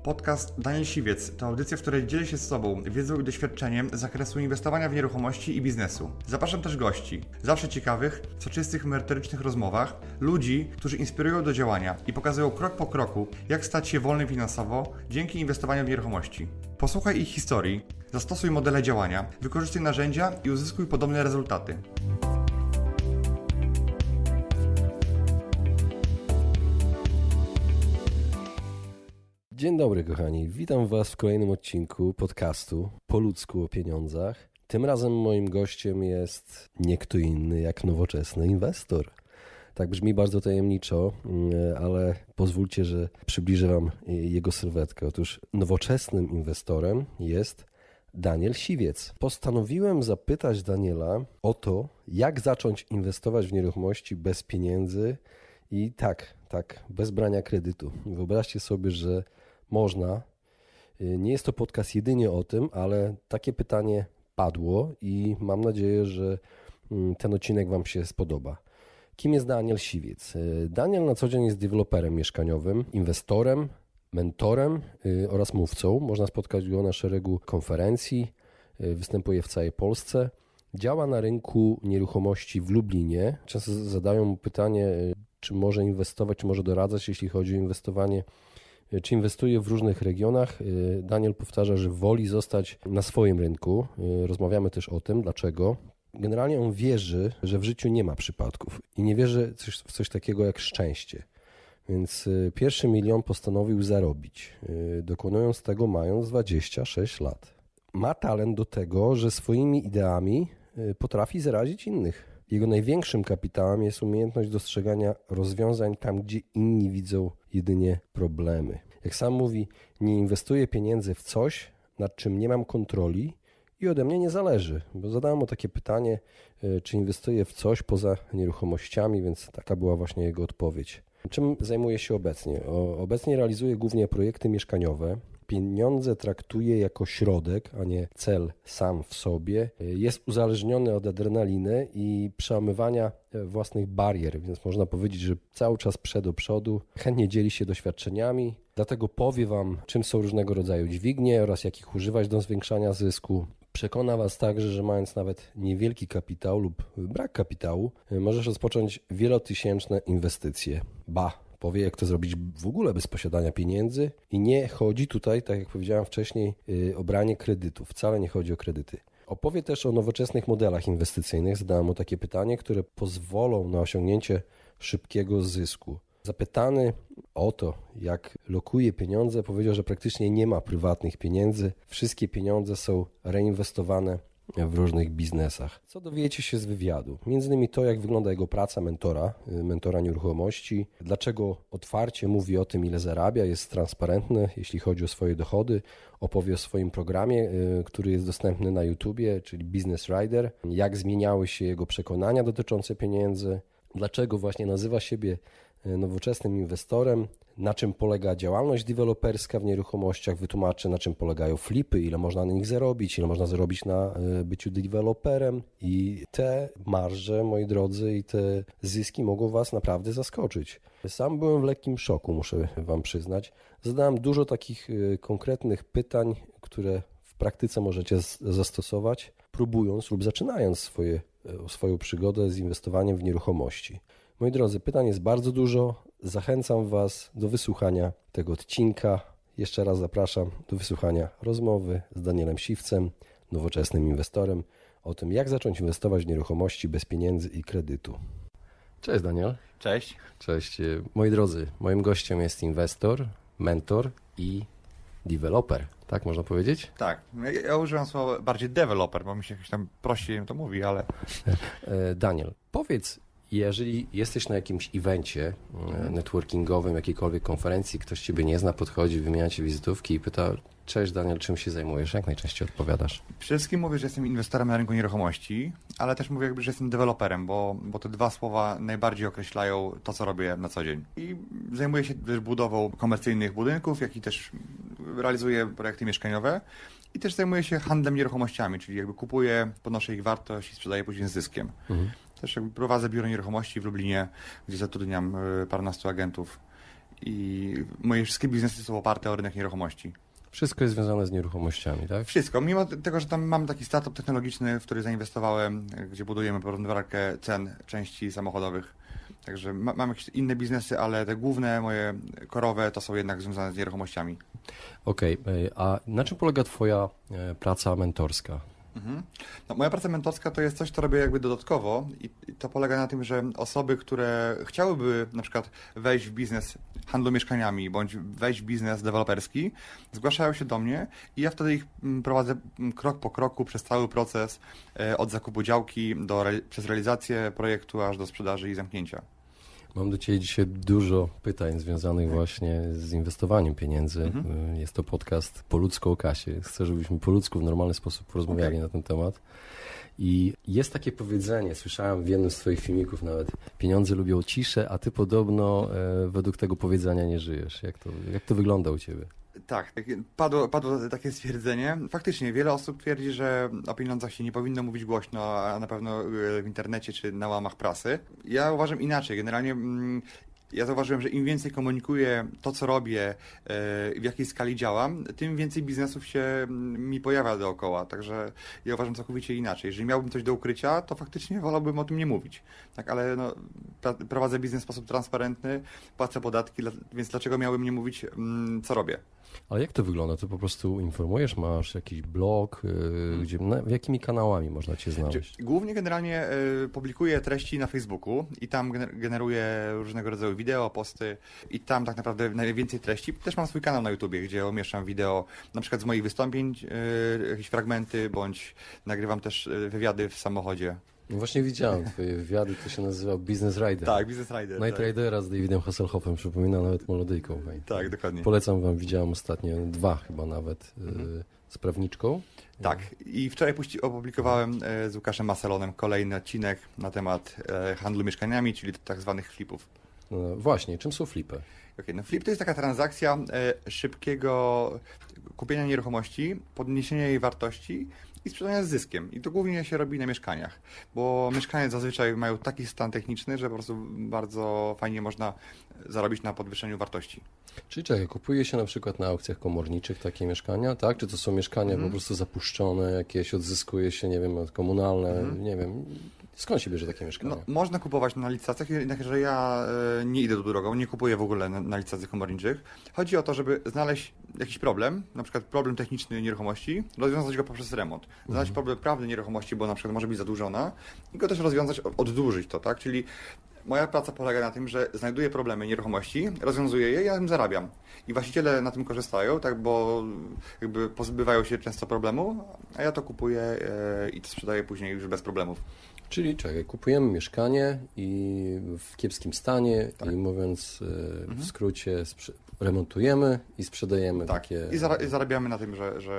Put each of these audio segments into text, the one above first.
Podcast Daniel Siwiec to audycja, w której dzielę się z Tobą wiedzą i doświadczeniem z zakresu inwestowania w nieruchomości i biznesu. Zapraszam też gości, zawsze ciekawych, w soczystych, merytorycznych rozmowach, ludzi, którzy inspirują do działania i pokazują krok po kroku, jak stać się wolnym finansowo dzięki inwestowaniu w nieruchomości. Posłuchaj ich historii, zastosuj modele działania, wykorzystuj narzędzia i uzyskuj podobne rezultaty. Dzień dobry kochani, witam Was w kolejnym odcinku podcastu Po ludzku o pieniądzach. Tym razem moim gościem jest nie kto inny jak nowoczesny inwestor. Tak brzmi bardzo tajemniczo, ale pozwólcie, że przybliżę Wam jego sylwetkę. Otóż nowoczesnym inwestorem jest Daniel Siwiec. Postanowiłem zapytać Daniela o to, jak zacząć inwestować w nieruchomości bez pieniędzy i tak, bez brania kredytu. Wyobraźcie sobie, że można. Nie jest to podcast jedynie o tym, ale takie pytanie padło i mam nadzieję, że ten odcinek Wam się spodoba. Kim jest Daniel Siwiec? Daniel na co dzień jest deweloperem mieszkaniowym, inwestorem, mentorem oraz mówcą. Można spotkać go na szeregu konferencji, występuje w całej Polsce. Działa na rynku nieruchomości w Lublinie. Często zadają mu pytanie, czy może inwestować, czy może doradzać, jeśli chodzi o inwestowanie, czy inwestuje w różnych regionach. Daniel powtarza, że woli zostać na swoim rynku. Rozmawiamy też o tym, dlaczego. Generalnie on wierzy, że w życiu nie ma przypadków i nie wierzy w coś takiego jak szczęście. Więc pierwszy milion postanowił zarobić, dokonując tego mając 26 lat. Ma talent do tego, że swoimi ideami potrafi zarazić innych. Jego największym kapitałem jest umiejętność dostrzegania rozwiązań tam, gdzie inni widzą jedynie problemy. Jak sam mówi, nie inwestuję pieniędzy w coś, nad czym nie mam kontroli i ode mnie nie zależy. Bo zadałem mu takie pytanie, czy inwestuję w coś poza nieruchomościami, więc taka była właśnie jego odpowiedź. Czym zajmuję się obecnie? Obecnie realizuję głównie projekty mieszkaniowe. Pieniądze traktuje jako środek, a nie cel sam w sobie. Jest uzależniony od adrenaliny i przełamywania własnych barier, więc można powiedzieć, że cały czas do przodu. Chętnie dzieli się doświadczeniami, dlatego powie Wam, czym są różnego rodzaju dźwignie oraz jakich używać do zwiększania zysku. Przekona Was także, że mając nawet niewielki kapitał lub brak kapitału, możesz rozpocząć wielotysięczne inwestycje. Powie, jak to zrobić w ogóle bez posiadania pieniędzy i nie chodzi tutaj, tak jak powiedziałem wcześniej, o branie kredytów. Wcale nie chodzi o kredyty. Opowie też o nowoczesnych modelach inwestycyjnych. Zadałem mu takie pytanie, które pozwolą na osiągnięcie szybkiego zysku. Zapytany o to, jak lokuje pieniądze, powiedział, że praktycznie nie ma prywatnych pieniędzy. Wszystkie pieniądze są reinwestowane w różnych biznesach. Co dowiecie się z wywiadu? Między innymi to, jak wygląda jego praca mentora nieruchomości, dlaczego otwarcie mówi o tym, ile zarabia, jest transparentny, jeśli chodzi o swoje dochody, opowie o swoim programie, który jest dostępny na YouTubie, czyli Business Rider, jak zmieniały się jego przekonania dotyczące pieniędzy, dlaczego właśnie nazywa siebie nowoczesnym inwestorem, na czym polega działalność deweloperska w nieruchomościach, wytłumaczę, na czym polegają flipy, ile można na nich zarobić, ile można zarobić na byciu deweloperem i te marże, moi drodzy, i te zyski mogą Was naprawdę zaskoczyć. Sam byłem w lekkim szoku, muszę Wam przyznać. Zadałem dużo takich konkretnych pytań, które w praktyce możecie zastosować, próbując lub zaczynając swoją przygodę z inwestowaniem w nieruchomości. Moi drodzy, pytań jest bardzo dużo. Zachęcam Was do wysłuchania tego odcinka. Jeszcze raz zapraszam do wysłuchania rozmowy z Danielem Siwcem, nowoczesnym inwestorem, o tym, jak zacząć inwestować w nieruchomości bez pieniędzy i kredytu. Cześć Daniel. Cześć. Cześć. Moi drodzy, moim gościem jest inwestor, mentor i deweloper. Tak można powiedzieć? Tak. Ja używam słowa bardziej deweloper, bo mi się jakoś tam prościej to mówi, ale... Daniel, powiedz, jeżeli jesteś na jakimś evencie networkingowym, jakiejkolwiek konferencji, ktoś Ciebie nie zna, podchodzi, wymienia Ci wizytówki i pyta: cześć Daniel, czym się zajmujesz? Jak najczęściej odpowiadasz? Przede wszystkim mówię, że jestem inwestorem na rynku nieruchomości, ale też mówię że jestem deweloperem, bo te dwa słowa najbardziej określają to, co robię na co dzień. I zajmuję się też budową komercyjnych budynków, jak i też realizuję projekty mieszkaniowe i też zajmuję się handlem nieruchomościami, czyli kupuję, podnoszę ich wartość i sprzedaję później z zyskiem. Też prowadzę biuro nieruchomości w Lublinie, gdzie zatrudniam paręnastu agentów i moje wszystkie biznesy są oparte o rynek nieruchomości. Wszystko jest związane z nieruchomościami, tak? Wszystko, mimo tego, że tam mam taki startup technologiczny, w który zainwestowałem, gdzie budujemy porównywarkę cen części samochodowych. Także mam jakieś inne biznesy, ale te główne moje korowe to są jednak związane z nieruchomościami. Okej, a na czym polega Twoja praca mentorska? No, moja praca mentorska to jest coś, co robię jakby dodatkowo i to polega na tym, że osoby, które chciałyby na przykład wejść w biznes handlu mieszkaniami bądź wejść w biznes deweloperski, zgłaszają się do mnie i ja wtedy ich prowadzę krok po kroku przez cały proces od zakupu działki przez realizację projektu aż do sprzedaży i zamknięcia. Mam do Ciebie dzisiaj dużo pytań związanych właśnie z inwestowaniem pieniędzy. Jest to podcast po ludzku o kasie. Chcę, żebyśmy po ludzku w normalny sposób porozmawiali na ten temat. I jest takie powiedzenie, słyszałem w jednym z Twoich filmików nawet, pieniądze lubią ciszę, a Ty podobno według tego powiedzenia nie żyjesz. Jak to wygląda u Ciebie? Tak, padło takie stwierdzenie. Faktycznie wiele osób twierdzi, że o pieniądzach się nie powinno mówić głośno, a na pewno w internecie czy na łamach prasy. Ja uważam inaczej. Generalnie ja zauważyłem, że im więcej komunikuję to, co robię, w jakiej skali działam, tym więcej biznesów się mi pojawia dookoła. Także ja uważam całkowicie inaczej. Jeżeli miałbym coś do ukrycia, to faktycznie wolałbym o tym nie mówić. Tak, ale no, prowadzę biznes w sposób transparentny, płacę podatki, więc dlaczego miałbym nie mówić, co robię? Ale jak to wygląda? Ty po prostu informujesz, masz jakiś blog, jakimi kanałami można Cię znaleźć? Głównie generalnie publikuję treści na Facebooku i tam generuję różnego rodzaju wideo, posty i tam tak naprawdę najwięcej treści. Też mam swój kanał na YouTubie, gdzie umieszczam wideo na przykład z moich wystąpień, jakieś fragmenty, bądź nagrywam też wywiady w samochodzie. No właśnie widziałem Twoje wywiady, to się nazywa Business Rider. Tak, Business Rider. Night tak. Ridera z Davidem Hasselhoffem, przypomina nawet melodyjką. Tak, dokładnie. Polecam Wam, widziałem ostatnio 2 chyba nawet z prawniczką. Tak, i wczoraj opublikowałem z Łukaszem Maselonem kolejny odcinek na temat handlu mieszkaniami, czyli tak zwanych flipów. No, właśnie, czym są flipy? Okay, no flip to jest taka transakcja szybkiego kupienia nieruchomości, podniesienia jej wartości i sprzedania z zyskiem. I to głównie się robi na mieszkaniach, bo mieszkania zazwyczaj mają taki stan techniczny, że po prostu bardzo fajnie można zarobić na podwyższeniu wartości. Czyli czekaj, kupuje się na przykład na aukcjach komorniczych takie mieszkania, tak? Czy to są mieszkania po prostu zapuszczone, jakieś odzyskuje się, nie wiem, komunalne, nie wiem. Skąd się bierze takie mieszkania? No, można kupować na licytacjach, jednakże ja nie idę tą drogą, nie kupuję w ogóle na licytacjach komorniczych. Chodzi o to, żeby znaleźć jakiś problem, na przykład problem techniczny nieruchomości, rozwiązać go poprzez remont. Znaleźć problem prawny nieruchomości, bo na przykład może być zadłużona i go też rozwiązać, oddłużyć to, tak? Czyli moja praca polega na tym, że znajduję problemy nieruchomości, rozwiązuję je i ja na tym zarabiam. I właściciele na tym korzystają, tak, bo jakby pozbywają się często problemu, a ja to kupuję i to sprzedaję później już bez problemów. Czyli czekaj, kupujemy mieszkanie i w kiepskim stanie i mówiąc w skrócie remontujemy i sprzedajemy takie... I zarabiamy na tym,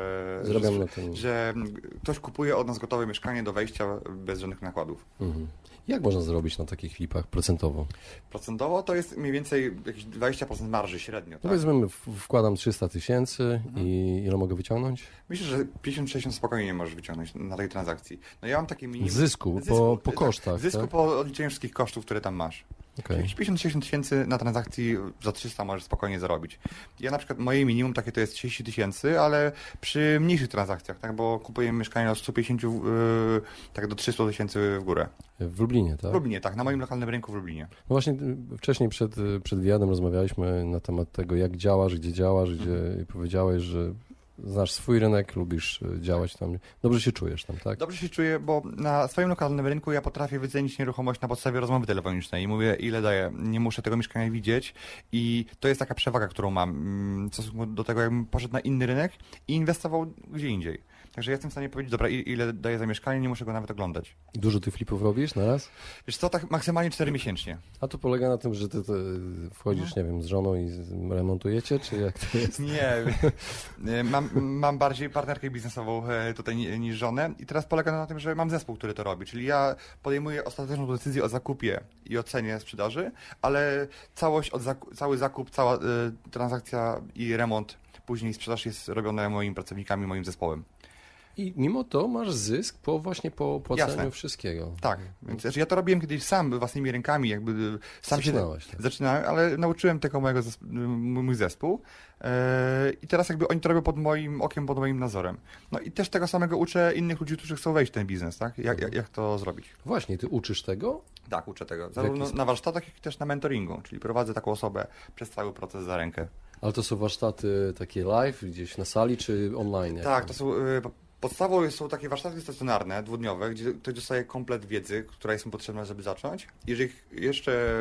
że ktoś kupuje od nas gotowe mieszkanie do wejścia bez żadnych nakładów. Jak można zarobić na takich flipach procentowo? Procentowo to jest mniej więcej jakieś 20% marży średnio. Tak? No powiedzmy, wkładam 300 000 i ile mogę wyciągnąć? Myślę, że 50-60 spokojnie możesz wyciągnąć na tej transakcji. No ja mam takie minimum... Zysku po kosztach, Zysku tak? po odliczeniu wszystkich kosztów, które tam masz. Okay. 50-60 tysięcy na transakcji za 300 możesz spokojnie zarobić. Ja na przykład moje minimum takie to jest 30 000, ale przy mniejszych transakcjach, tak, bo kupuję mieszkania od 150 tak do 300 000 w górę. W Lublinie, tak? W Lublinie, tak, na moim lokalnym rynku w Lublinie. No właśnie wcześniej przed wywiadem rozmawialiśmy na temat tego, jak działasz, gdzie powiedziałeś, że znasz swój rynek, lubisz działać tam. Dobrze się czujesz tam, tak? Dobrze się czuję, bo na swoim lokalnym rynku ja potrafię wycenić nieruchomość na podstawie rozmowy telefonicznej i mówię, ile daję. Nie muszę tego mieszkania widzieć i to jest taka przewaga, którą mam w stosunku do tego, jakbym poszedł na inny rynek i inwestował gdzie indziej. Także ja jestem w stanie powiedzieć, dobra, ile daję za mieszkanie, nie muszę go nawet oglądać. Dużo tych flipów robisz na raz? Wiesz co, tak maksymalnie 4 miesięcznie. A to polega na tym, że ty wchodzisz, nie wiem, z żoną i remontujecie, czy jak to jest? Nie, mam bardziej partnerkę biznesową tutaj niż żonę i teraz polega na tym, że mam zespół, który to robi, czyli ja podejmuję ostateczną decyzję o zakupie i o cenie sprzedaży, ale cały zakup, cała transakcja i remont, później sprzedaż jest robione moimi pracownikami, moim zespołem. I mimo to masz zysk właśnie po opłaceniu Jasne. wszystkiego. Tak, więc znaczy ja to robiłem kiedyś sam, własnymi rękami, jakby sam Zaczynałeś, tak. zaczynałem, ale nauczyłem tego mój zespół i teraz jakby oni to robią pod moim okiem, pod moim nadzorem. No i też tego samego uczę innych ludzi, którzy chcą wejść w ten biznes, tak? Jak to zrobić? Właśnie, ty uczysz tego? Tak, uczę tego. Zarówno na warsztatach, jak i też na mentoringu, czyli prowadzę taką osobę przez cały proces za rękę. Ale to są warsztaty takie live, gdzieś na sali, czy online? Tak, to są... Podstawą są takie warsztaty stacjonarne, dwudniowe, gdzie ktoś dostaje komplet wiedzy, która jest mu potrzebna, żeby zacząć. Jeżeli jeszcze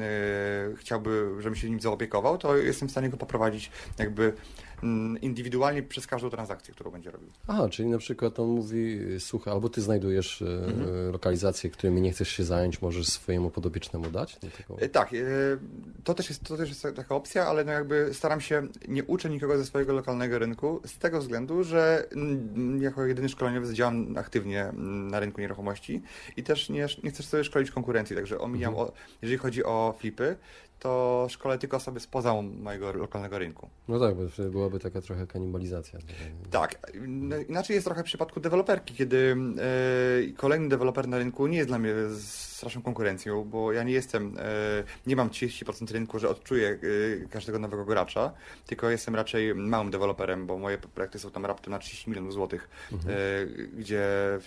chciałby, żebym się nim zaopiekował, to jestem w stanie go poprowadzić jakby indywidualnie przez każdą transakcję, którą będzie robił. Aha, czyli na przykład on mówi, słuchaj, albo ty znajdujesz lokalizacje, którymi nie chcesz się zająć, możesz swojemu podopiecznemu dać? Tak, to też jest taka opcja, ale no jakby staram się, nie uczę nikogo ze swojego lokalnego rynku, z tego względu, że jako jedyny szkoleniowiec działam aktywnie na rynku nieruchomości i też nie chcę sobie szkolić konkurencji, także omijam, jeżeli chodzi o flipy, to szkolę tylko osoby spoza mojego lokalnego rynku. No tak, bo wtedy byłaby taka trochę kanibalizacja. Tak, inaczej jest trochę w przypadku deweloperki, kiedy kolejny deweloper na rynku nie jest dla mnie straszną konkurencją, bo ja nie mam 30% rynku, że odczuję każdego nowego gracza, tylko jestem raczej małym deweloperem, bo moje projekty są tam raptem na 30 milionów złotych, gdzie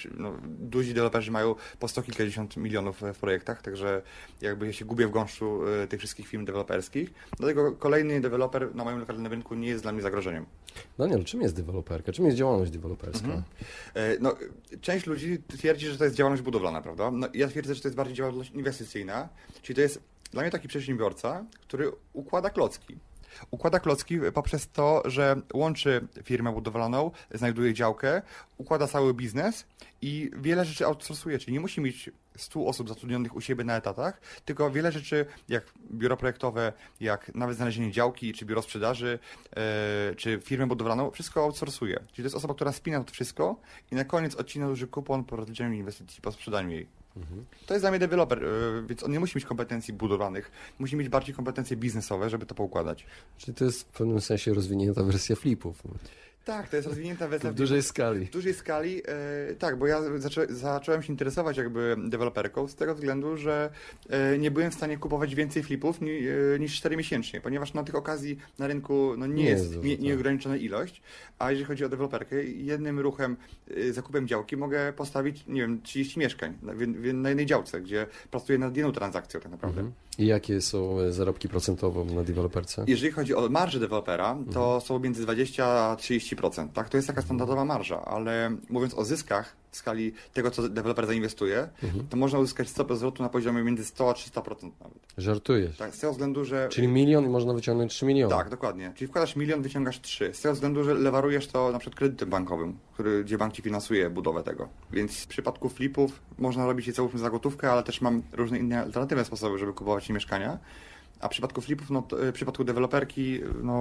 duzi deweloperzy mają po 100 kilkadziesiąt milionów w projektach, także jakby ja się gubię w gąszczu tych wszystkich firm deweloperskich, dlatego kolejny deweloper na moim lokalnym rynku nie jest dla mnie zagrożeniem. Daniel, czym jest deweloperka? Czym jest działalność deweloperska? No, część ludzi twierdzi, że to jest działalność budowlana, prawda? No, ja twierdzę, że to jest bardziej działalność inwestycyjna, czyli to jest dla mnie taki przedsiębiorca, który układa klocki. Układa klocki poprzez to, że łączy firmę budowlaną, znajduje działkę, układa cały biznes i wiele rzeczy outsourcuje, czyli nie musi mieć 100 osób zatrudnionych u siebie na etatach, tylko wiele rzeczy jak biuro projektowe, jak nawet znalezienie działki, czy biuro sprzedaży, czy firmę budowlaną, wszystko outsourcuje. Czyli to jest osoba, która spina to wszystko i na koniec odcina duży kupon po rozliczeniu inwestycji, po sprzedaniu jej. To jest dla mnie deweloper, więc on nie musi mieć kompetencji budowlanych, musi mieć bardziej kompetencje biznesowe, żeby to poukładać. Czyli to jest w pewnym sensie rozwinięta wersja flipów. Tak, to jest rozwinięta wersja w dużej skali. W dużej skali, tak, bo ja zacząłem się interesować jakby deweloperką z tego względu, że nie byłem w stanie kupować więcej flipów niż 4 miesięcznie, ponieważ na tych okazji na rynku nie jest nieograniczona ilość, a jeżeli chodzi o deweloperkę, jednym ruchem, zakupem działki mogę postawić, nie wiem, 30 mieszkań na jednej działce, gdzie pracuję nad jedną transakcją tak naprawdę. I jakie są zarobki procentowo na deweloperce? Jeżeli chodzi o marżę dewelopera, to są między 20 a 30%. Tak, to jest taka standardowa marża, ale mówiąc o zyskach w skali tego, co deweloper zainwestuje, to można uzyskać stopę zwrotu na poziomie między 100 a 300% nawet. Żartujesz? Tak, z tego względu, że... Czyli 1 milion i można wyciągnąć 3 miliony. Tak, dokładnie. Czyli wkładasz 1 milion, wyciągasz 3. Z tego względu, że lewarujesz to na przykład kredytem bankowym, gdzie bank ci finansuje budowę tego. Więc w przypadku flipów można robić je całą za gotówkę, ale też mam różne inne alternatywne sposoby, żeby kupować mieszkania. A w przypadku flipów, w przypadku deweloperki,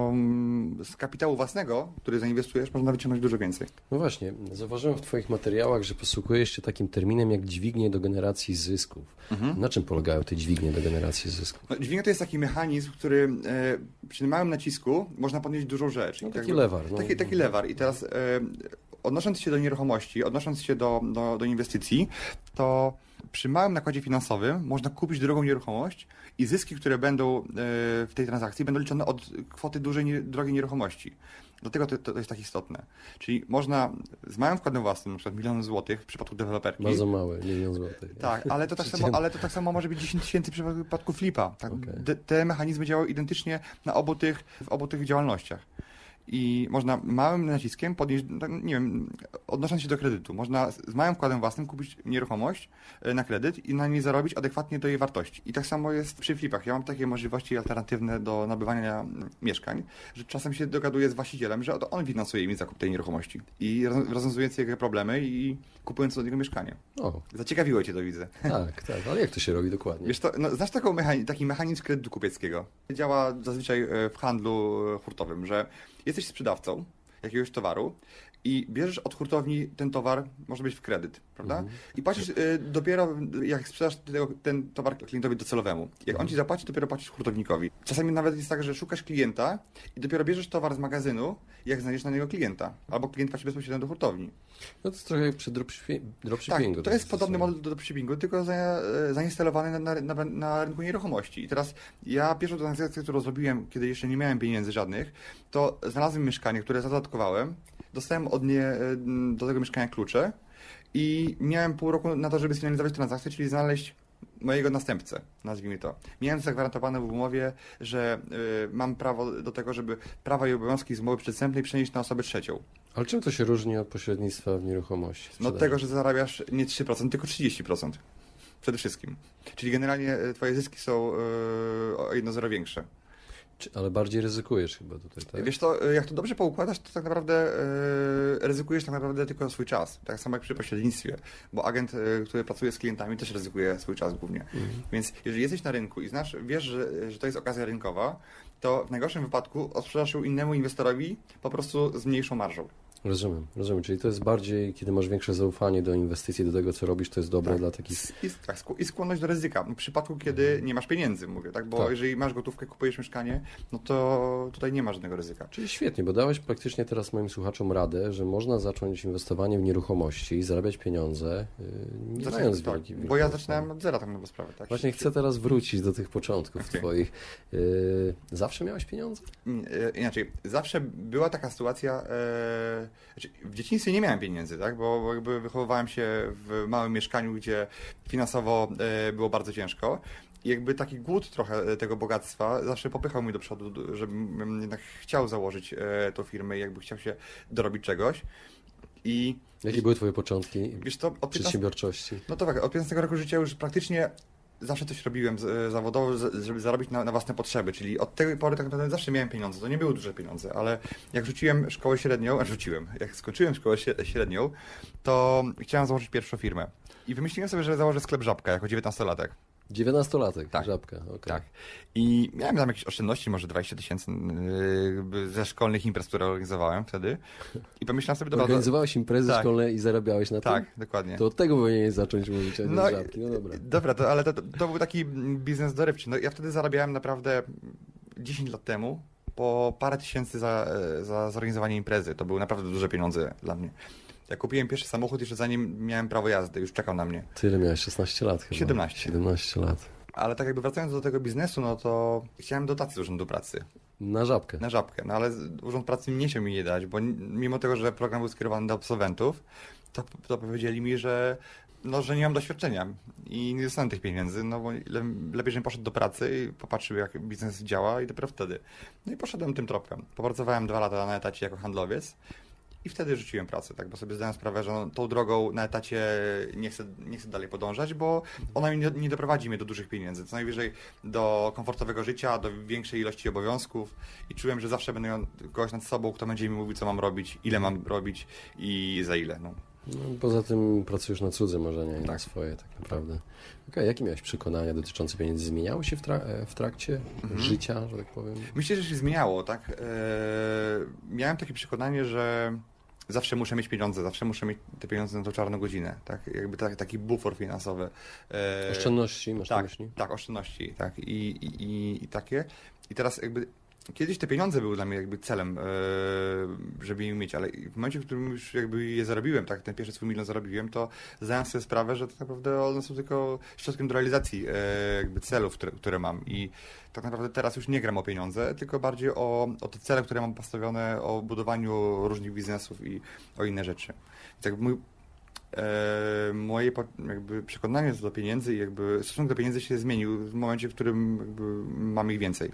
z kapitału własnego, który zainwestujesz, można wyciągnąć dużo więcej. No właśnie, zauważyłem w Twoich materiałach, że posługujesz się takim terminem jak dźwignie do generacji zysków. Na czym polegają te dźwignie do generacji zysków? No, dźwignia to jest taki mechanizm, który przy małym nacisku można podnieść dużą rzecz. No, taki lewar. No. Taki lewar. I teraz odnosząc się do nieruchomości, odnosząc się do inwestycji, to przy małym nakładzie finansowym można kupić drogą nieruchomość i zyski, które będą w tej transakcji, będą liczone od kwoty drogiej nieruchomości. Dlatego to jest tak istotne. Czyli można z małym wkładem własnym, na przykład 1 milion złotych w przypadku deweloperki. Bardzo mały, 1 milion złotych. Tak, ale to tak samo może być 10 tysięcy w przypadku flipa. Tak? Okay. Te mechanizmy działają identycznie w obu tych działalnościach. I można małym naciskiem podnieść, nie wiem, odnosząc się do kredytu, można z małym wkładem własnym kupić nieruchomość na kredyt i na niej zarobić adekwatnie do jej wartości. I tak samo jest przy flipach. Ja mam takie możliwości alternatywne do nabywania mieszkań, że czasem się dogaduję z właścicielem, że on finansuje mi zakup tej nieruchomości. I rozwiązując jego problemy i kupując od niego mieszkanie. O. Zaciekawiło Cię to, widzę. Tak, ale jak to się robi dokładnie? Wiesz to, znasz taki mechanizm kredytu kupieckiego? Działa zazwyczaj w handlu hurtowym, że jesteś sprzedawcą jakiegoś towaru i bierzesz od hurtowni ten towar, może być w kredyt, prawda? I płacisz dopiero, jak sprzedasz ten towar klientowi docelowemu. Jak on ci zapłaci, dopiero płacisz hurtownikowi. Czasami nawet jest tak, że szukasz klienta i dopiero bierzesz towar z magazynu, jak znajdziesz na niego klienta. Albo klient płaci bezpośrednio do hurtowni. No to jest trochę jak przy dropshippingu. Tak, to jest podobny model do dropshippingu, tylko zainstalowany na rynku nieruchomości. I teraz ja pierwszą transakcję, którą zrobiłem, kiedy jeszcze nie miałem pieniędzy żadnych, to znalazłem mieszkanie, które zadatkowałem, dostałem od niej do tego mieszkania klucze i miałem pół roku na to, żeby sfinalizować transakcję, czyli znaleźć mojego następcę, nazwijmy to. Miałem zagwarantowane w umowie, że mam prawo do tego, żeby prawa i obowiązki z umowy przedwstępnej przenieść na osobę trzecią. Ale czym to się różni od pośrednictwa w nieruchomości? No od tego, że zarabiasz nie 3%, tylko 30%. Przede wszystkim. Czyli generalnie twoje zyski są o 1,0 większe. Ale bardziej ryzykujesz chyba tutaj, tak? Wiesz to, jak to dobrze poukładasz, to tak naprawdę ryzykujesz tak naprawdę tylko swój czas. Tak samo jak przy pośrednictwie, bo agent, który pracuje z klientami, też ryzykuje swój czas głównie. Więc jeżeli jesteś na rynku i wiesz, że to jest okazja rynkowa, to w najgorszym wypadku odsprzedasz ją innemu inwestorowi po prostu z mniejszą marżą. Rozumiem. Czyli to jest bardziej, kiedy masz większe zaufanie do inwestycji, do tego, co robisz, to jest dobre dla takich... I skłonność do ryzyka. W przypadku, kiedy nie masz pieniędzy, mówię, tak? Bo jeżeli masz gotówkę, kupujesz mieszkanie, no to tutaj nie ma żadnego ryzyka. Czyli świetnie, bo dałeś praktycznie teraz moim słuchaczom radę, że można zacząć inwestowanie w nieruchomości i zarabiać pieniądze, nie mając wielkich... Bo ja zaczynałem od zera tak na sprawę. Tak? Właśnie chcę teraz wrócić do tych początków twoich. Zawsze miałeś pieniądze? Inaczej, zawsze była taka sytuacja... W dzieciństwie nie miałem pieniędzy, tak? Bo jakby wychowywałem się w małym mieszkaniu, gdzie finansowo było bardzo ciężko. I jakby taki głód trochę tego bogactwa zawsze popychał mnie do przodu, żebym jednak chciał założyć tą firmę i jakby chciał się dorobić czegoś. Jakie były twoje początki przedsiębiorczości? No to tak, od 15 roku życia już praktycznie zawsze coś robiłem zawodowo, żeby zarobić na własne potrzeby, czyli od tej pory tak naprawdę zawsze miałem pieniądze. To nie były duże pieniądze, ale jak jak skończyłem szkołę średnią, to chciałem założyć pierwszą firmę. I wymyśliłem sobie, że założę sklep Żabka jako 19-latek. 19-latek, tak. Żabka, okej. Tak. I miałem tam jakieś oszczędności, może 20 000 ze szkolnych imprez, które organizowałem wtedy. I pomyślałem sobie... Organizowałeś imprezy szkolne i zarabiałeś na tym? Tak, dokładnie. To od tego powinieneś zacząć mówić, a nie z Żabki. No dobra. Dobra, ale to był taki biznes dorywczy. No, ja wtedy zarabiałem naprawdę 10 lat temu po parę tysięcy za zorganizowanie imprezy. To były naprawdę duże pieniądze dla mnie. Ja kupiłem pierwszy samochód, jeszcze zanim miałem prawo jazdy, już czekał na mnie. Tyle miałeś, 16 lat chyba. 17 lat. Ale tak jakby wracając do tego biznesu, no to chciałem dotacji z Urzędu Pracy. Na Żabkę. Na Żabkę, no ale Urząd Pracy nie chciał mi nie dać, bo mimo tego, że program był skierowany do absolwentów, to powiedzieli mi, że nie mam doświadczenia i nie dostanę tych pieniędzy, no bo lepiej, żebym poszedł do pracy i popatrzył, jak biznes działa i dopiero wtedy. No i poszedłem tym tropem. Popracowałem 2 lata na etacie jako handlowiec. I wtedy rzuciłem pracę, tak, bo sobie zdałem sprawę, że tą drogą na etacie nie chcę dalej podążać, bo ona nie doprowadzi mnie do dużych pieniędzy. Co najwyżej do komfortowego życia, do większej ilości obowiązków i czułem, że zawsze będę miał kogoś nad sobą, kto będzie mi mówił, co mam robić, ile mam robić i za ile. No, poza tym pracujesz na cudze marzenia i na swoje tak naprawdę. Okej, jakie miałeś przekonania dotyczące pieniędzy? Zmieniały się w trakcie życia, że tak powiem? Myślę, że się zmieniało, tak. Miałem takie przekonanie, że zawsze muszę mieć pieniądze, zawsze muszę mieć te pieniądze na tą czarną godzinę, tak? Jakby taki bufor finansowy. Oszczędności masz na myśli? Tak, oszczędności, tak. I takie. I teraz jakby kiedyś te pieniądze były dla mnie jakby celem, żeby je mieć, ale w momencie, w którym już jakby je zarobiłem, tak, ten pierwszy swój milion zarobiłem, to zdałem sobie sprawę, że tak naprawdę one są tylko środkiem do realizacji jakby celów, które mam i tak naprawdę teraz już nie gram o pieniądze, tylko bardziej o te cele, które mam postawione, o budowaniu różnych biznesów i o inne rzeczy. Więc jakby moje jakby przekonanie co do pieniędzy i jakby stosunek do pieniędzy się zmienił w momencie, w którym jakby mam ich więcej.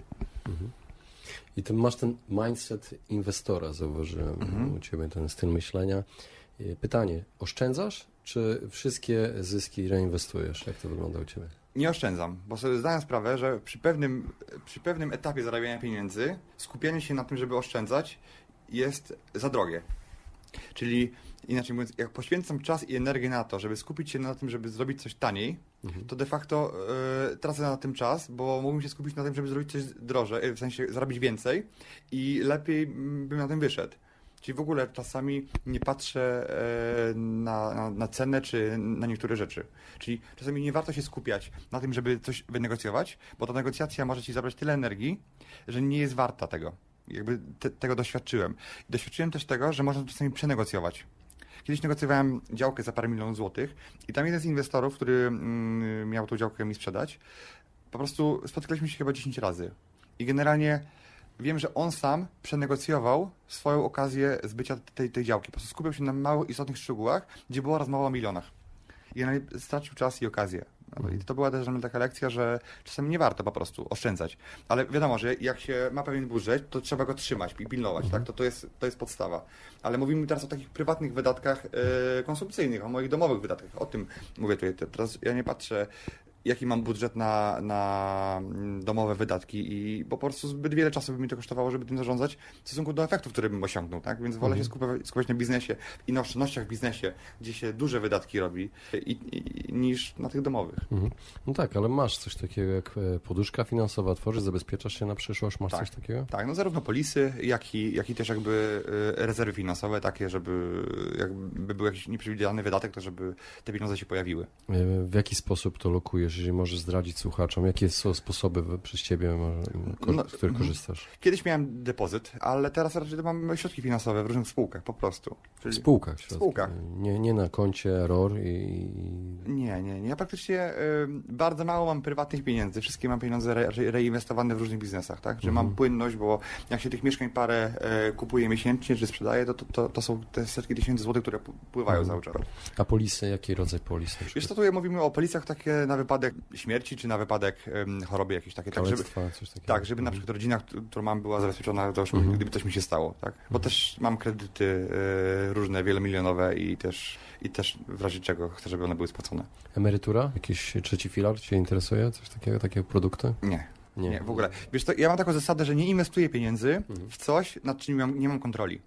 I ty masz ten mindset inwestora, zauważyłem u ciebie, ten styl myślenia. Pytanie, oszczędzasz, czy wszystkie zyski reinwestujesz? Jak to wygląda u ciebie? Nie oszczędzam, bo sobie zdałem sprawę, że przy pewnym etapie zarabiania pieniędzy skupianie się na tym, żeby oszczędzać jest za drogie. Czyli inaczej mówiąc, jak poświęcam czas i energię na to, żeby skupić się na tym, żeby zrobić coś taniej, to de facto tracę na tym czas, bo mógłbym się skupić na tym, żeby zrobić coś drożej, w sensie zarobić więcej i lepiej bym na tym wyszedł. Czyli w ogóle czasami nie patrzę na cenę czy na niektóre rzeczy. Czyli czasami nie warto się skupiać na tym, żeby coś wynegocjować, bo ta negocjacja może ci zabrać tyle energii, że nie jest warta tego. Jakby tego doświadczyłem. Doświadczyłem też tego, że można czasami przenegocjować. Kiedyś negocjowałem działkę za parę milionów złotych i tam jeden z inwestorów, który miał tą działkę mi sprzedać, po prostu spotykaliśmy się chyba 10 razy. I generalnie wiem, że on sam przenegocjował swoją okazję zbycia tej działki. Po prostu skupiał się na małych, istotnych szczegółach, gdzie była rozmowa o milionach. I stracił czas i okazję. I to była też dla mnie taka lekcja, że czasami nie warto po prostu oszczędzać. Ale wiadomo, że jak się ma pewien budżet, to trzeba go trzymać i pilnować. Tak? To jest podstawa. Ale mówimy teraz o takich prywatnych wydatkach konsumpcyjnych, o moich domowych wydatkach. O tym mówię tutaj. Teraz ja nie patrzę, jaki mam budżet na domowe wydatki i po prostu zbyt wiele czasu by mi to kosztowało, żeby tym zarządzać w stosunku do efektów, które bym osiągnął, tak? Więc wolę się skupiać na biznesie i na oszczędnościach w biznesie, gdzie się duże wydatki robi, niż na tych domowych. No tak, ale masz coś takiego jak poduszka finansowa, tworzysz, zabezpieczasz się na przyszłość, masz Tak, coś takiego? Tak, no zarówno polisy, jak i też jakby rezerwy finansowe takie, żeby jakby był jakiś nieprzewidywalny wydatek, to żeby te pieniądze się pojawiły. W jaki sposób to lokujesz, jeżeli możesz zdradzić słuchaczom? Jakie są sposoby przez ciebie, z których korzystasz? Kiedyś miałem depozyt, ale teraz raczej mam środki finansowe w różnych spółkach po prostu. W spółkach? W spółkach. Nie na koncie ROR Nie. Ja praktycznie bardzo mało mam prywatnych pieniędzy. Wszystkie mam pieniądze reinwestowane w różnych biznesach, tak? Że mam płynność, bo jak się tych mieszkań parę kupuje miesięcznie, czy sprzedaje, to są te setki tysięcy złotych, które pływają cały czas. A polisy? Jaki rodzaj polis? Wiesz co, tutaj mówimy o polisach takie na wypadek śmierci, czy na wypadek choroby jakieś takie. Kalectwa, coś takiego. Tak, żeby na przykład rodzina, którą mam, była zabezpieczona, gdyby coś mi się stało, tak? Bo też mam kredyty różne, wielomilionowe i też w razie czego chcę, żeby one były spłacone. Emerytura? Jakiś trzeci filar Cię interesuje? Coś takiego produkty? Nie, w ogóle. Wiesz co, ja mam taką zasadę, że nie inwestuję pieniędzy w coś, nad czym nie mam kontroli.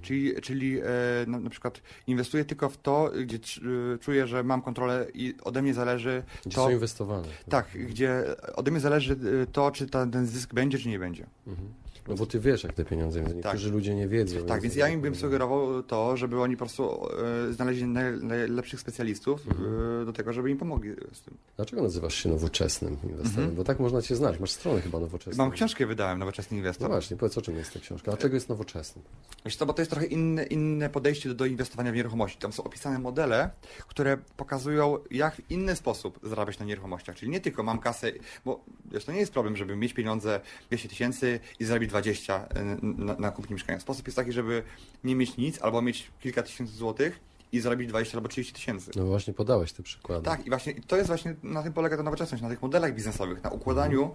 Czyli na przykład inwestuję tylko w to, gdzie czuję, że mam kontrolę i ode mnie zależy Gdzie to... są inwestowane. Tak, gdzie ode mnie zależy to, czy ten zysk będzie, czy nie będzie. No bo ty wiesz, jak te pieniądze, więc niektórzy ludzie nie wiedzą. Tak, więc ja im bym sugerował to, żeby oni po prostu znaleźli najlepszych specjalistów do tego, żeby im pomogli z tym. Dlaczego nazywasz się nowoczesnym inwestorem? Bo tak można cię znać. Masz stronę chyba nowoczesną. Mam książkę wydałem, Nowoczesny Inwestor. No właśnie, powiedz, o czym jest ta książka. Dlaczego jest nowoczesny? Wiesz co, bo to jest trochę inne podejście do inwestowania w nieruchomości. Tam są opisane modele, które pokazują, jak w inny sposób zarabiać na nieruchomościach. Czyli nie tylko mam kasę, bo wiesz, to nie jest problem, żeby mieć pieniądze 200 tysięcy i zarobić 20 na kupnie mieszkania. Sposób jest taki, żeby nie mieć nic, albo mieć kilka tysięcy złotych i zarobić 20 albo 30 tysięcy. No właśnie podałeś te przykłady. Tak, i właśnie to jest właśnie, na tym polega ta nowoczesność, na tych modelach biznesowych, na układaniu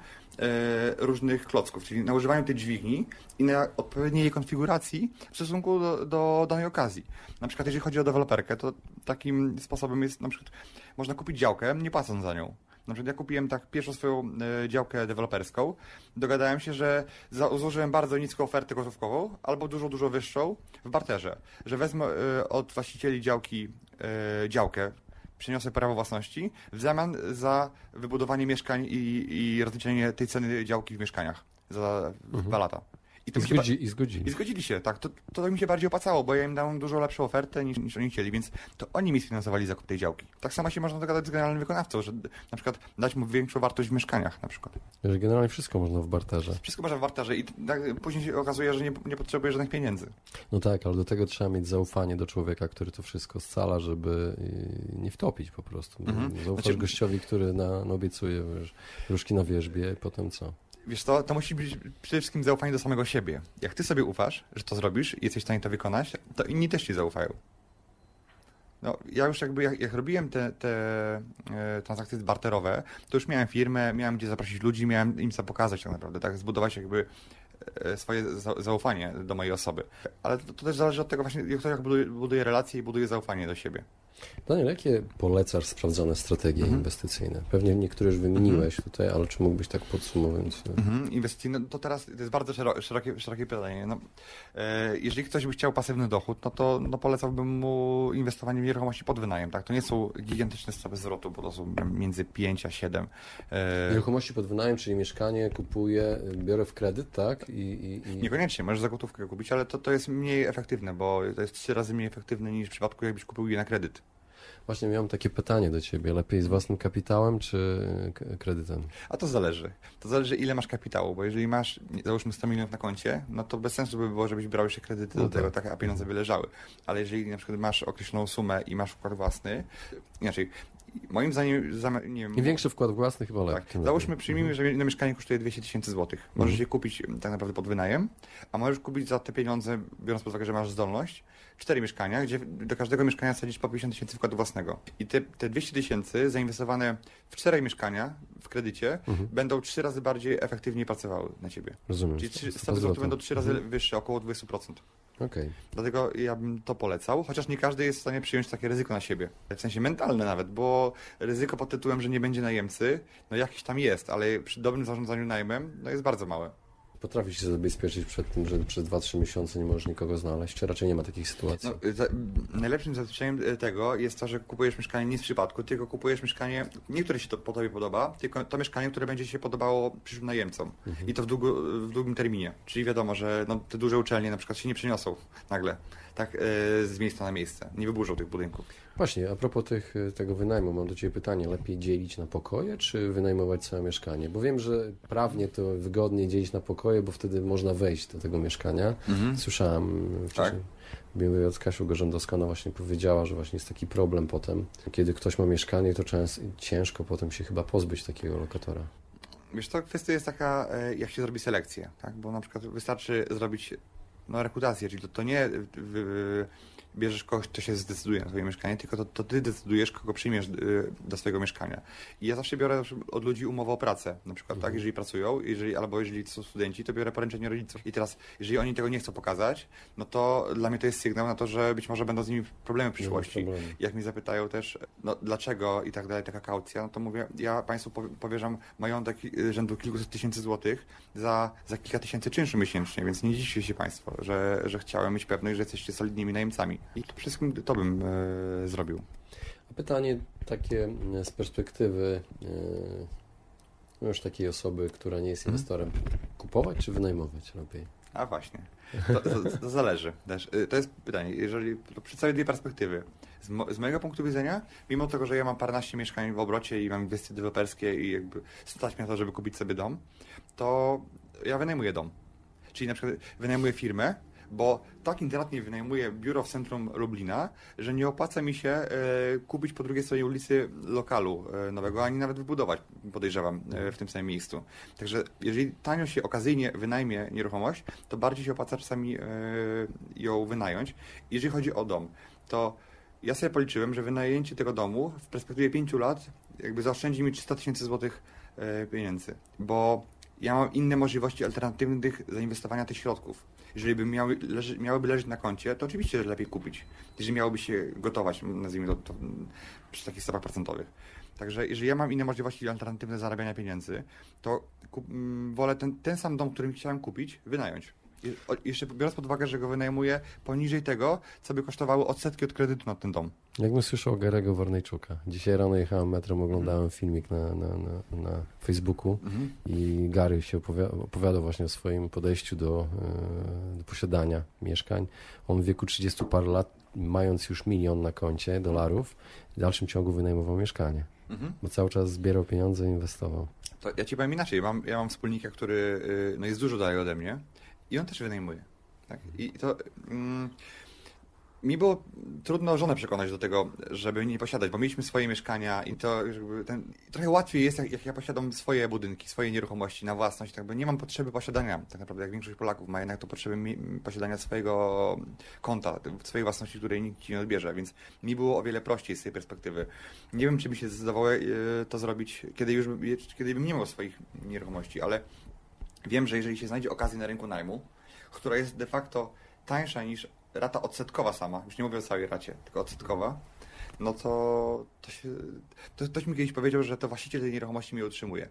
różnych klocków, czyli na używaniu tej dźwigni i na odpowiedniej jej konfiguracji w stosunku do danej okazji. Na przykład jeżeli chodzi o deweloperkę, to takim sposobem jest na przykład, można kupić działkę, nie płacąc za nią. Na przykład ja kupiłem pierwszą swoją działkę deweloperską, dogadałem się, że złożyłem bardzo niską ofertę gotówkową albo dużo wyższą w barterze, że wezmę od właścicieli działki działkę, przeniosę prawo własności w zamian za wybudowanie mieszkań i rozliczenie tej ceny działki w mieszkaniach za 2 lata. I zgodzili. I zgodzili się, tak. To mi się bardziej opłacało, bo ja im dałem dużo lepszą ofertę niż oni chcieli, więc to oni mi sfinansowali zakup tej działki. Tak samo się można dogadać z generalnym wykonawcą, że na przykład dać mu większą wartość w mieszkaniach na przykład. Że generalnie wszystko można w barterze. Wszystko można w barterze i później się okazuje, że nie potrzebuje żadnych pieniędzy. No tak, ale do tego trzeba mieć zaufanie do człowieka, który to wszystko scala, żeby nie wtopić po prostu. Zaufasz gościowi, który obiecuje różki na wierzbie, potem co? Wiesz co, to musi być przede wszystkim zaufanie do samego siebie. Jak ty sobie ufasz, że to zrobisz i jesteś w stanie to wykonać, to inni też ci zaufają. No, ja już jak robiłem te transakcje barterowe, to już miałem firmę, miałem gdzie zaprosić ludzi, miałem im co pokazać tak naprawdę, tak, zbudować jakby swoje zaufanie do mojej osoby. Ale to też zależy od tego właśnie, jak buduje relacje i buduje zaufanie do siebie. Daniel, jakie polecasz sprawdzone strategie inwestycyjne? Pewnie niektóre już wymieniłeś tutaj, ale czy mógłbyś tak podsumowując? Inwestycyjne, to teraz to jest bardzo szerokie pytanie. No, jeżeli ktoś by chciał pasywny dochód, no to polecałbym mu inwestowanie w nieruchomości pod wynajem. Tak? To nie są gigantyczne stopy zwrotu, bo to są między 5 a 7. Nieruchomości pod wynajem, czyli mieszkanie kupuję, biorę w kredyt, tak? Niekoniecznie, możesz za gotówkę kupić, ale to jest mniej efektywne, bo to jest 3 razy mniej efektywne niż w przypadku, jakbyś kupił je na kredyt. Właśnie miałem takie pytanie do Ciebie. Lepiej z własnym kapitałem czy kredytem? A to zależy. To zależy, ile masz kapitału, bo jeżeli masz, załóżmy 100 milionów na koncie, no to bez sensu by było, żebyś brał jeszcze kredyty do tego, tak, a pieniądze by leżały. Ale jeżeli na przykład masz określoną sumę i masz wkład własny, inaczej, moim zdaniem, nie wiem... Im większy wkład własny chyba lepiej. Tak. Załóżmy, przyjmijmy, że jedno mieszkanie kosztuje 200 000 złotych. Możesz je kupić tak naprawdę pod wynajem, a możesz kupić za te pieniądze, biorąc pod uwagę, że masz zdolność, 4 mieszkania, gdzie do każdego mieszkania sadzić po 50 000 wkładu własnego. I te 200 000 zainwestowane w 4 mieszkania w kredycie będą 3 razy bardziej efektywnie pracowały na Ciebie. Rozumiem. Czyli stopy zwrotu będą 3 razy wyższe, około 20%. Okej. Dlatego ja bym to polecał, chociaż nie każdy jest w stanie przyjąć takie ryzyko na siebie. W sensie mentalne nawet, bo ryzyko pod tytułem, że nie będzie najemcy, no jakieś tam jest, ale przy dobrym zarządzaniu najmem, no jest bardzo małe. Potrafisz się zabezpieczyć przed tym, że przez 2-3 miesiące nie możesz nikogo znaleźć, czy raczej nie ma takich sytuacji? No, najlepszym zazwyczajem tego jest to, że kupujesz mieszkanie nie z przypadku, tylko kupujesz mieszkanie, nie które się po tobie podoba, tylko to mieszkanie, które będzie się podobało przyszłym najemcom. I to w długim terminie. Czyli wiadomo, że no, te duże uczelnie na przykład się nie przeniosą nagle, tak z miejsca na miejsce, nie wyburzą tych budynków. Właśnie, a propos tego wynajmu, mam do Ciebie pytanie. Lepiej dzielić na pokoje, czy wynajmować całe mieszkanie? Bo wiem, że prawnie to wygodnie dzielić na pokoje, bo wtedy można wejść do tego mieszkania. Słyszałem wcześniej. Mówiąc, Kasiu Gorzędowska, ona właśnie powiedziała, że właśnie jest taki problem potem, kiedy ktoś ma mieszkanie, to ciężko potem się chyba pozbyć takiego lokatora. Wiesz, to kwestia jest taka, jak się zrobi selekcję, tak? Bo na przykład wystarczy zrobić rekrutację, czyli to nie bierzesz kogoś, kto się zdecyduje na swoje mieszkanie, tylko to ty decydujesz, kogo przyjmiesz do swojego mieszkania. I ja zawsze biorę od ludzi umowę o pracę, na przykład, tak, jeżeli pracują, albo jeżeli to są studenci, to biorę poręczenie rodziców. I teraz, jeżeli oni tego nie chcą pokazać, no to dla mnie to jest sygnał na to, że być może będą z nimi problemy w przyszłości. Jak mnie zapytają też, no dlaczego i tak dalej, taka kaucja, no to mówię, ja Państwu powierzam majątek rzędu kilkuset tysięcy złotych za kilka tysięcy czynszu miesięcznie, więc nie dziwcie się Państwo, że chciałem mieć pewność, że jesteście solidnymi najemcami. I to wszystkim to bym zrobił. A pytanie takie z perspektywy już takiej osoby, która nie jest inwestorem. Kupować czy wynajmować lepiej? A właśnie. To zależy. To jest pytanie. Jeżeli przedstawię dwie perspektywy. Z mojego punktu widzenia, mimo tego, że ja mam paręnaście mieszkań w obrocie i mam inwestycje deweloperskie i jakby stać mnie na to, żeby kupić sobie dom, to ja wynajmuję dom. Czyli na przykład wynajmuję firmę, bo tak intratnie wynajmuję biuro w centrum Lublina, że nie opłaca mi się kupić po drugiej stronie ulicy lokalu nowego, ani nawet wybudować, podejrzewam, w tym samym miejscu. Także jeżeli tanio się okazyjnie wynajmie nieruchomość, to bardziej się opłaca czasami ją wynająć. Jeżeli chodzi o dom, to ja sobie policzyłem, że wynajęcie tego domu w perspektywie 5 lat jakby zaoszczędzi mi 300 000 złotych pieniędzy, bo ja mam inne możliwości alternatywnych zainwestowania tych środków. Jeżeli by miałyby leżeć na koncie, to oczywiście, że lepiej kupić. Jeżeli miałoby się gotować, nazwijmy to przy takich stopach procentowych. Także jeżeli ja mam inne możliwości alternatywne zarabiania pieniędzy, to wolę ten sam dom, który chciałem kupić, wynająć. Jeszcze biorąc pod uwagę, że go wynajmuję poniżej tego, co by kosztowało odsetki od kredytu na ten dom. Jakbym słyszał Gary'ego Warnejczuka. Dzisiaj rano jechałem metrem, oglądałem filmik na Facebooku i Gary się opowiadał właśnie o swoim podejściu do posiadania mieszkań. On w wieku 30 parę lat, mając już $1 milion na koncie dolarów, w dalszym ciągu wynajmował mieszkanie. Bo cały czas zbierał pieniądze i inwestował. To ja ci powiem inaczej. Ja mam wspólnika, który jest dużo dalej ode mnie. I on też wynajmuje. Tak? I to mi było trudno żonę przekonać do tego, żeby nie posiadać, bo mieliśmy swoje mieszkania i to trochę łatwiej jest, jak ja posiadam swoje budynki, swoje nieruchomości na własność, tak, bo nie mam potrzeby posiadania, tak naprawdę jak większość Polaków ma jednak to potrzeby posiadania swojego konta, swojej własności, której nikt ci nie odbierze, więc mi było o wiele prościej z tej perspektywy. Nie wiem, czy mi się zdawało to zrobić, kiedy bym nie miał swoich nieruchomości, ale wiem, że jeżeli się znajdzie okazja na rynku najmu, która jest de facto tańsza niż rata odsetkowa sama, już nie mówię o całej racie, tylko odsetkowa, no to ktoś mi kiedyś powiedział, że to właściciel tej nieruchomości mnie utrzymuje.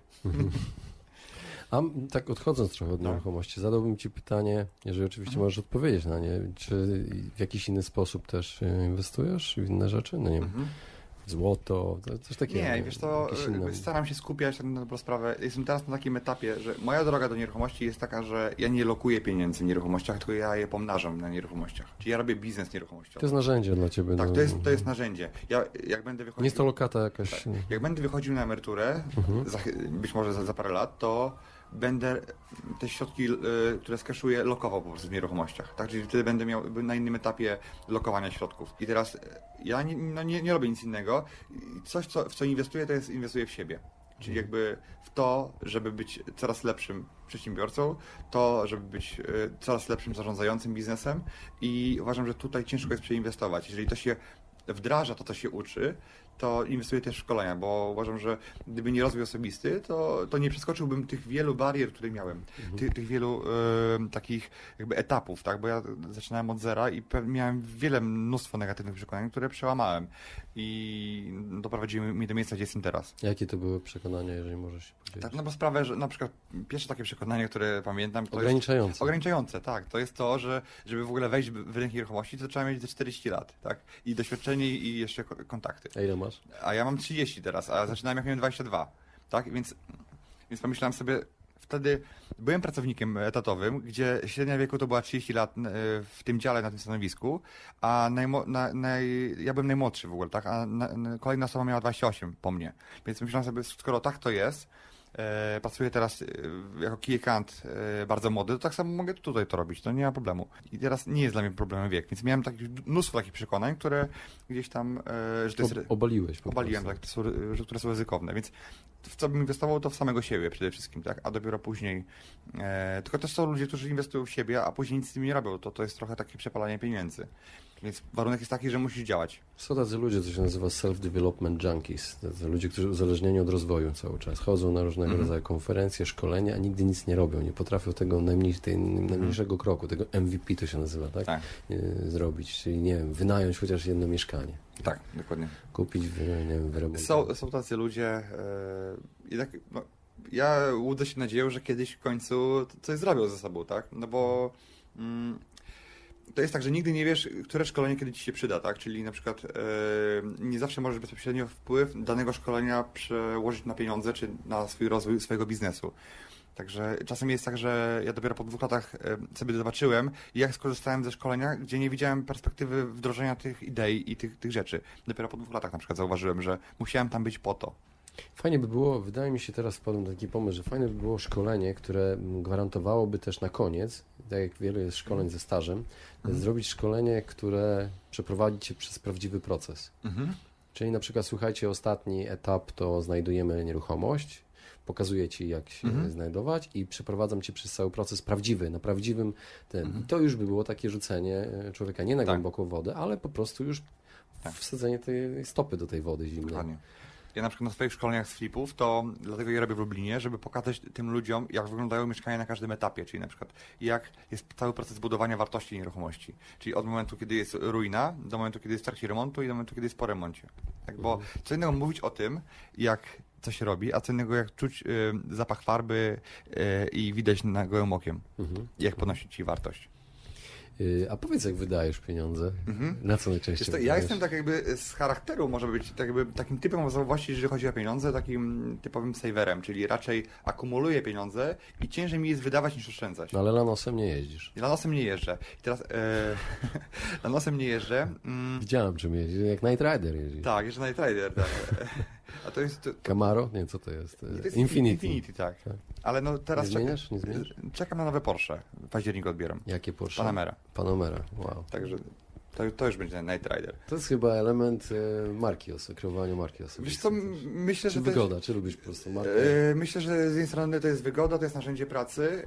A tak odchodząc trochę od nieruchomości, zadałbym Ci pytanie, jeżeli oczywiście możesz odpowiedzieć na nie, czy w jakiś inny sposób też inwestujesz w inne rzeczy? No nie wiem, złoto, coś takiego. Nie, wiesz co, staram się skupiać na dobrą sprawę. Jestem teraz na takim etapie, że moja droga do nieruchomości jest taka, że ja nie lokuję pieniędzy w nieruchomościach, tylko ja je pomnażam na nieruchomościach. Czyli ja robię biznes nieruchomościowy. To jest narzędzie dla Ciebie. Tak, to jest narzędzie. Jak będę wychodził, nie jest to lokata jakaś. Tak, jak będę wychodził na emeryturę, być może za parę lat, to będę te środki, które skaszuję, lokował po prostu w nieruchomościach. Tak? Czyli wtedy będę miał na innym etapie lokowania środków. I teraz ja nie robię nic innego. Coś, w co inwestuję, to jest inwestuję w siebie. Czyli jakby w to, żeby być coraz lepszym przedsiębiorcą, to, żeby być coraz lepszym zarządzającym biznesem i uważam, że tutaj ciężko jest przeinwestować. Jeżeli to się wdraża to, co się uczy, to inwestuję też w szkolenia, bo uważam, że gdyby nie rozwój osobisty, to nie przeskoczyłbym tych wielu barier, które miałem, tych wielu takich jakby etapów, tak? Bo ja zaczynałem od zera i miałem mnóstwo negatywnych przekonań, które przełamałem i doprowadziły mnie do miejsca, gdzie jestem teraz. Jakie to były przekonania, jeżeli możesz się podzielić? Tak, no bo sprawę, że na przykład pierwsze takie przekonanie, które pamiętam, to ograniczające. Jest ograniczające, tak. To jest to, że żeby w ogóle wejść w rynek nieruchomości, to trzeba mieć te 40 lat, tak? I doświadczenie i jeszcze kontakty. A ile masz? A ja mam 30 teraz, a zaczynałem jak miałem 22, tak? Więc pomyślałem sobie, wtedy byłem pracownikiem etatowym, gdzie średnia wieku to była 30 lat w tym dziale, na tym stanowisku, a ja byłem najmłodszy w ogóle, tak? A kolejna osoba miała 28 po mnie. Więc myślałem sobie, skoro tak to jest, pracuję teraz jako key account bardzo młody, to tak samo mogę tutaj to robić, to nie ma problemu. I teraz nie jest dla mnie problemem wiek, więc miałem mnóstwo takich przekonań, które gdzieś tam, że to jest... Obaliłeś po Obaliłem, prostu. tak, które są ryzykowne, więc w co bym inwestował, to w samego siebie przede wszystkim, tak, a dopiero później, tylko też są ludzie, którzy inwestują w siebie, a później nic z tym nie robią, to jest trochę takie przepalanie pieniędzy. Więc warunek jest taki, że musisz działać. Są tacy ludzie, co się nazywa self-development junkies. Tacy ludzie, którzy uzależnieni od rozwoju cały czas. Chodzą na różnego rodzaju konferencje, szkolenia, a nigdy nic nie robią. Nie potrafią tego najmniejszego kroku, tego MVP to się nazywa, tak? Tak. Zrobić. Czyli, nie wiem, wynająć chociaż jedno mieszkanie. Tak, dokładnie. Kupić, nie wiem, wyremontować. Są tacy ludzie, jednak, no, ja łudzę się nadzieją, że kiedyś w końcu coś zrobią ze sobą, tak? No bo... To jest tak, że nigdy nie wiesz, które szkolenie kiedy ci się przyda, tak? Czyli na przykład nie zawsze możesz bezpośrednio wpływ danego szkolenia przełożyć na pieniądze, czy na swój rozwój swojego biznesu. Także czasem jest tak, że ja dopiero po 2 latach sobie zobaczyłem, jak skorzystałem ze szkolenia, gdzie nie widziałem perspektywy wdrożenia tych idei i tych rzeczy. Dopiero po 2 latach na przykład zauważyłem, że musiałem tam być po to. Fajnie by było, wydaje mi się teraz wpadł taki pomysł, że fajne by było szkolenie, które gwarantowałoby też na koniec, tak jak wiele jest szkoleń ze stażem, zrobić szkolenie, które przeprowadzi cię przez prawdziwy proces. Czyli na przykład, słuchajcie, ostatni etap to znajdujemy nieruchomość, pokazuję ci, jak się znajdować i przeprowadzam cię przez cały proces prawdziwy, na prawdziwym tym. I to już by było takie rzucenie człowieka nie na głęboką wodę, ale po prostu już wsadzenie tej stopy do tej wody zimnej. Dokładnie. Ja na przykład na swoich szkoleniach z flipów, to dlatego je robię w Lublinie, żeby pokazać tym ludziom, jak wyglądają mieszkania na każdym etapie, czyli na przykład jak jest cały proces budowania wartości nieruchomości. Czyli od momentu, kiedy jest ruina, do momentu, kiedy jest w trakcie remontu i do momentu, kiedy jest po remoncie. Tak, bo co innego mówić o tym, jak co się robi, a co innego jak czuć zapach farby i widać na gołym okiem, jak podnosi ci wartość. A powiedz, jak wydajesz pieniądze? Na co najczęściej ja jestem tak jakby z charakteru, może być tak jakby takim typem osobowości, jeżeli chodzi o pieniądze, takim typowym saverem, czyli raczej akumuluję pieniądze i ciężej mi jest wydawać niż oszczędzać. No ale lanosem nie jeździsz. Lanosem nie jeżdżę. I teraz lanosem nie jeżdżę. Widziałem, czym jeździsz, jak Night Rider jeździsz. Tak, jeszcze Night Rider, tak. A to jest... Camaro? Nie, co to jest? To jest Infiniti. Infiniti, tak. Ale no teraz nie zmieniasz? Nie zmieniasz? Czekam na nowe Porsche. W październiku odbieram. Jakie Porsche? Panamera. Panamera, wow. Także to już będzie Night Rider. To jest chyba element marki kreowania marki osobistej. Wiesz co, myślę, że wygoda, czy lubisz po prostu markę? Myślę, że z jednej strony to jest wygoda, to jest narzędzie pracy,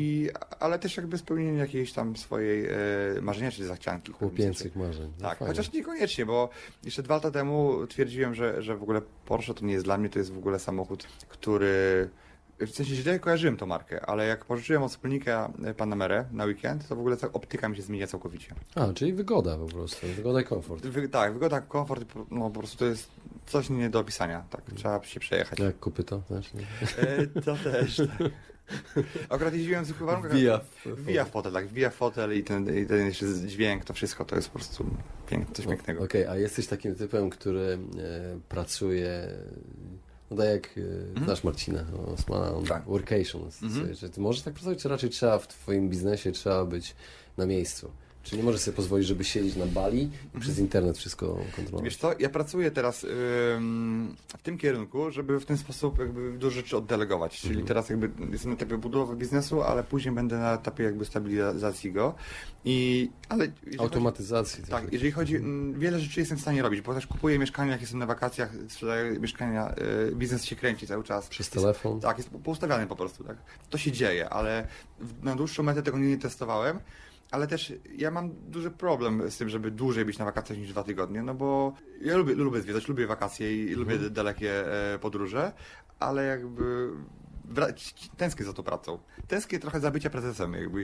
ale też jakby spełnienie jakiejś tam swojej marzenia, czy zachcianki. Chłopięcych marzeń. No tak, fajnie. Chociaż niekoniecznie, bo jeszcze 2 lata temu twierdziłem, że w ogóle Porsche to nie jest dla mnie, to jest w ogóle samochód, który w sensie źle kojarzyłem tą markę, ale jak pożyczyłem od wspólnika Panamerę na weekend, to w ogóle optyka mi się zmienia całkowicie. Czyli wygoda po prostu, wygoda i komfort. Tak, wygoda, komfort, no po prostu to jest coś nie do opisania, tak, trzeba się przejechać. Jak kopyto też? To też, tak. Akurat jeździłem w zwykłych warunkach. Wbija w fotel, tak, wbija w fotel i ten jeszcze dźwięk, to wszystko, to jest po prostu coś pięknego. Okej, a jesteś takim typem, który pracuje, no tak jak znasz Marcina Osmana, Tak. workations, czy ty możesz tak pracować, czy raczej trzeba w twoim biznesie trzeba być na miejscu? Czy nie możesz sobie pozwolić, żeby siedzieć na Bali i przez internet wszystko kontrolować? Wiesz co, ja pracuję teraz w tym kierunku, żeby w ten sposób jakby dużo rzeczy oddelegować. Czyli teraz jakby jestem na etapie budowy biznesu, ale później będę na etapie jakby stabilizacji go. Automatyzacji. Tak, jeżeli chodzi, wiele rzeczy jestem w stanie robić, bo też kupuję mieszkania, jak jestem na wakacjach, sprzedaję mieszkania, biznes się kręci cały czas. Przez telefon? Tak, jest poustawiany po prostu, tak. To się dzieje, ale na dłuższą metę tego nie testowałem. Ale też ja mam duży problem z tym, żeby dłużej być na wakacjach niż 2 tygodnie, no bo ja lubię zwiedzać, lubię wakacje i lubię dalekie podróże, ale jakby tęsknię za tą pracą. Tęsknię trochę za bycia prezesem, jakby.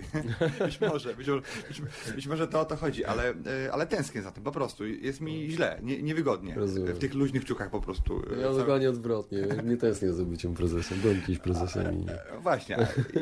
Być może to o to chodzi, ale tęsknię za tym, po prostu. Jest mi źle, niewygodnie. Rozumiem. W tych luźnych czukach po prostu. Ja dokładnie odwrotnie. Nie tęsknię za byciem prezesem. Byłem kiedyś prezesem i... Właśnie.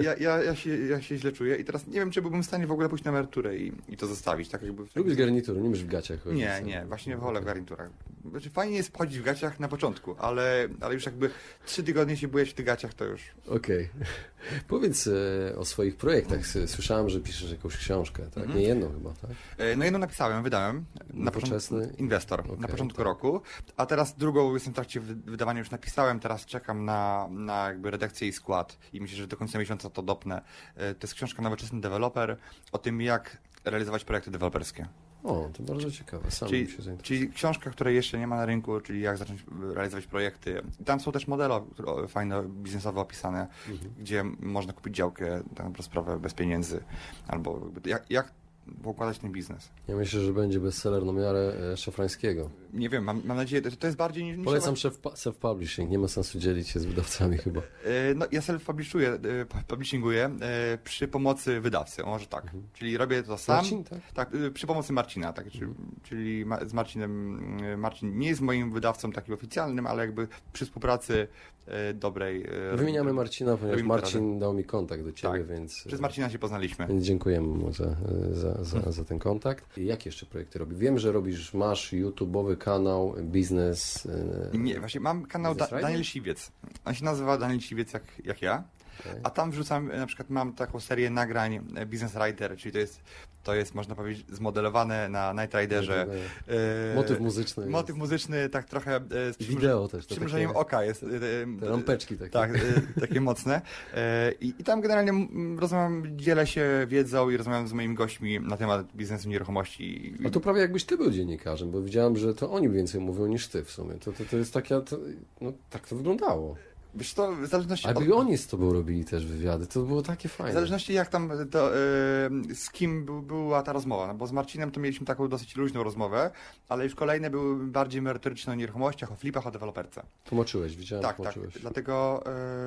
Ja się źle czuję i teraz nie wiem, czy byłbym w stanie w ogóle pójść na emeryturę i to zostawić. Tak jakby Lubisz garnitury, nie możesz w gaciach chodzić. Nie, właśnie wolę w garniturach. Znaczy, fajnie jest chodzić w gaciach na początku, ale już jakby 3 tygodnie się byłeś w tych gaciach, to już... Okej. Powiedz o swoich projektach. Słyszałem, że piszesz jakąś książkę, tak? Nie jedną chyba, tak? No jedną napisałem, wydałem. Nowoczesny? Inwestor. Okay, na początku roku. A teraz drugą jestem w trakcie wydawania, już napisałem, teraz czekam na jakby redakcję i skład. I myślę, że do końca miesiąca to dopnę. To jest książka Nowoczesny deweloper o tym, jak realizować projekty deweloperskie. O, to bardzo ciekawe. Sam Czyli, się zainteresował. czyli książka, której jeszcze nie ma na rynku, czyli jak zacząć realizować projekty. Tam są też modele fajne, biznesowe opisane, gdzie można kupić działkę tak na sprawę bez pieniędzy, albo jak układać ten biznes. Ja myślę, że będzie bestseller na miarę Szafrańskiego. Nie wiem, mam nadzieję, to jest bardziej niż... Polecam self-publishing, nie ma sensu dzielić się z wydawcami chyba. No, ja self-publishinguję przy pomocy wydawcy, może tak. Czyli robię to sam. Marcin, tak? Tak, przy pomocy Marcina, tak. Czyli z Marcinem, Marcin nie jest moim wydawcą takim oficjalnym, ale jakby przy współpracy dobrej... Wymieniamy Marcina, ponieważ robimy Marcin dał mi kontakt do Ciebie, tak, więc... Przez Marcina się poznaliśmy. Więc dziękujemy mu za ten kontakt. I jakie jeszcze projekty robisz? Wiem, że masz YouTube'owy kanał, biznes... Nie, właśnie mam kanał Daniel Siwiec. On się nazywa Daniel Siwiec jak ja. Okay. A tam wrzucam, na przykład mam taką serię nagrań Business Rider, czyli to jest można powiedzieć zmodelowane na Night Riderze. Motyw muzyczny. Motyw muzyczny, tak trochę z wideo też. przymrużeniem oka jest. Te lampeczki takie. Tak, takie mocne. I tam generalnie rozmawiam, dzielę się wiedzą i rozmawiam z moimi gośćmi na temat biznesu nieruchomości. A to prawie jakbyś ty był dziennikarzem, bo widziałem, że to oni więcej mówią niż ty w sumie. To jest taka, no tak to wyglądało. Wiesz to, w zależności Aby oni z tobą robili też wywiady, to było takie fajne. W zależności jak tam, z kim była ta rozmowa, no bo z Marcinem to mieliśmy taką dosyć luźną rozmowę, ale już kolejne były bardziej merytoryczne o nieruchomościach, o flipach, o deweloperce. Tłumaczyłeś, widziałem, tak, tłumaczyłeś. Tak, dlatego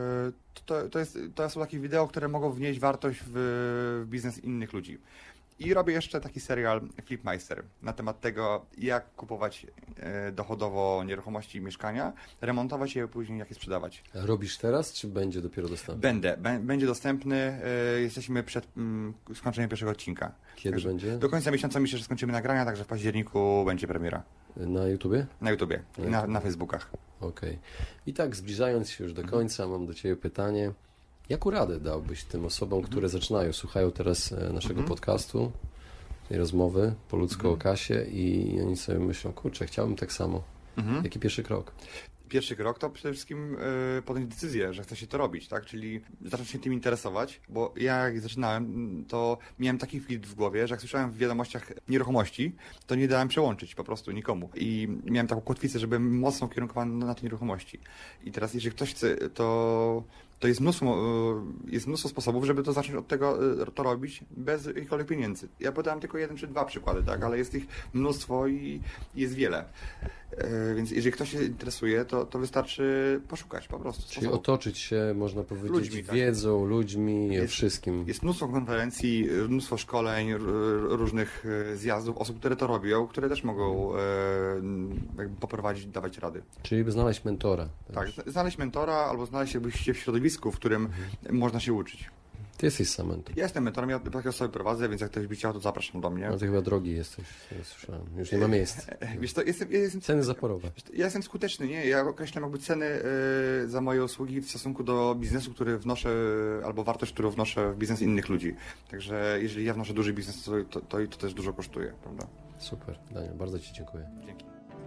to są takie wideo, które mogą wnieść wartość w biznes innych ludzi. I robię jeszcze taki serial Flipmeister na temat tego, jak kupować dochodowo nieruchomości i mieszkania, remontować je i później jak je sprzedawać. A robisz teraz, czy będzie dopiero dostępny? Będzie dostępny. Jesteśmy przed skończeniem pierwszego odcinka. Kiedy będzie? Do końca miesiąca myślę, że skończymy nagrania, także w październiku będzie premiera. Na YouTubie? Na YouTubie i na Facebookach. Okej. I tak zbliżając się już do końca, mam do Ciebie pytanie. Jaką radę dałbyś tym osobom, które zaczynają, słuchają teraz naszego podcastu, tej rozmowy po ludzku o kasie i oni sobie myślą, kurczę, chciałbym tak samo. Jaki pierwszy krok? Pierwszy krok to przede wszystkim podjąć decyzję, że chce się to robić, tak? Czyli zacząć się tym interesować, bo ja jak zaczynałem, to miałem taki flip w głowie, że jak słyszałem w wiadomościach nieruchomości, to nie dałem przełączyć po prostu nikomu. I miałem taką kotwicę, że byłem mocno ukierunkowany na te nieruchomości. I teraz jeżeli ktoś chce, to to jest mnóstwo sposobów, żeby to zacząć od tego to robić bez jakichkolwiek pieniędzy. Ja podałem tylko 1 czy 2 przykłady, tak, ale jest ich mnóstwo i jest wiele. Więc jeżeli ktoś się interesuje, to wystarczy poszukać po prostu. Czyli otoczyć się, można powiedzieć, ludźmi, tak. wiedzą, ludźmi, wszystkim. Jest mnóstwo konferencji, mnóstwo szkoleń, różnych zjazdów, osób, które to robią, które też mogą jakby poprowadzić, dawać rady. Czyli znaleźć mentora. Tak, znaleźć mentora albo znaleźć się w środowisku, w którym można się uczyć. Ty jesteś sam mentor. Ja jestem mentorem, ja takie osoby prowadzę, więc jak ktoś by chciał, to zapraszam do mnie. No ty chyba drogi jesteś, ja słyszałem. Już nie ma miejsc. Wiesz to, Ceny zaporowe. Ja jestem skuteczny, nie? Ja określam jakby ceny za moje usługi w stosunku do biznesu, który wnoszę, albo wartość, którą wnoszę w biznes innych ludzi. Także jeżeli ja wnoszę duży biznes, to też dużo kosztuje, prawda? Super, Daniel, bardzo Ci dziękuję. Dzięki.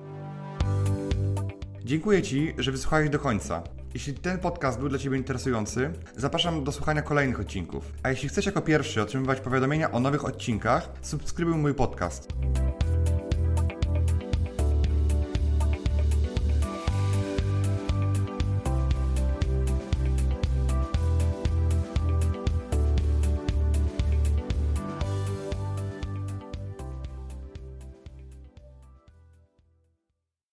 Dziękuję Ci, że wysłuchałeś do końca. Jeśli ten podcast był dla Ciebie interesujący, zapraszam do słuchania kolejnych odcinków. A jeśli chcesz jako pierwszy otrzymywać powiadomienia o nowych odcinkach, subskrybuj mój podcast.